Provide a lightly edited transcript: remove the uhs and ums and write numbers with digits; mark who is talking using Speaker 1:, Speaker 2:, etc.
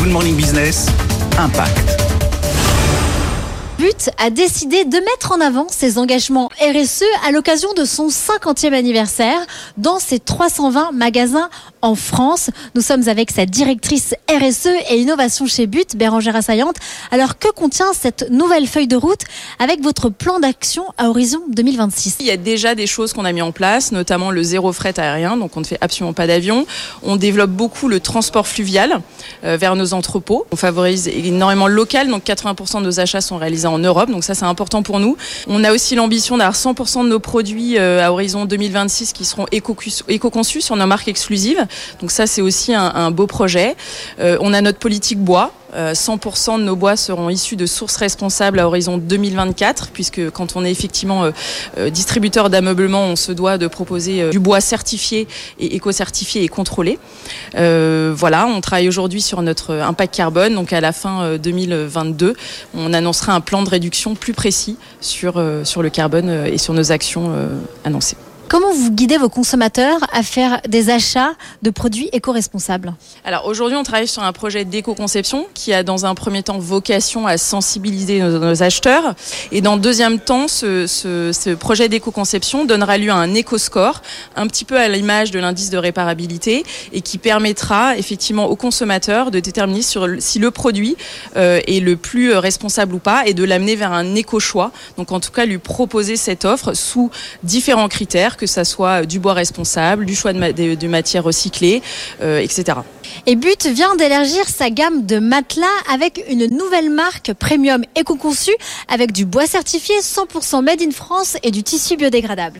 Speaker 1: Good Morning Business, Impact.
Speaker 2: But a décidé de mettre en avant ses engagements RSE à l'occasion de son 50e anniversaire dans ses 320 magasins en France. Nous sommes avec sa directrice RSE et innovation chez But, Bérangère Assaillante. Alors que contient cette nouvelle feuille de route avec votre plan d'action à horizon 2026 ?
Speaker 3: Il y a déjà des choses qu'on a mis en place, notamment le zéro fret aérien, donc on ne fait absolument pas d'avion. On développe beaucoup le transport fluvial vers nos entrepôts. On favorise énormément le local, donc 80% de nos achats sont réalisés en Europe, donc ça c'est important pour nous. On a aussi l'ambition d'avoir 100% de nos produits à horizon 2026 qui seront éco-conçus sur nos marques exclusives. Donc ça c'est aussi un beau projet. On a notre politique bois. 100% de nos bois seront issus de sources responsables à horizon 2024, puisque quand on est effectivement distributeur d'ameublement, on se doit de proposer du bois certifié et éco-certifié et contrôlé. Voilà, on travaille aujourd'hui sur notre impact carbone, donc à la fin 2022, on annoncera un plan de réduction plus précis sur le carbone et sur nos actions annoncées.
Speaker 2: Comment vous guidez vos consommateurs à faire des achats de produits éco-responsables ?
Speaker 3: Alors aujourd'hui, on travaille sur un projet d'éco-conception qui a dans un premier temps vocation à sensibiliser nos acheteurs. Et dans le deuxième temps, ce projet d'éco-conception donnera lieu à un éco-score, un petit peu à l'image de l'indice de réparabilité, et qui permettra effectivement aux consommateurs de déterminer si le produit est le plus responsable ou pas, et de l'amener vers un éco-choix. Donc en tout cas, lui proposer cette offre sous différents critères, que ça soit du bois responsable, du choix de matières recyclées, etc.
Speaker 2: Et But vient d'élargir sa gamme de matelas avec une nouvelle marque premium éco-conçue avec du bois certifié 100% made in France et du tissu biodégradable.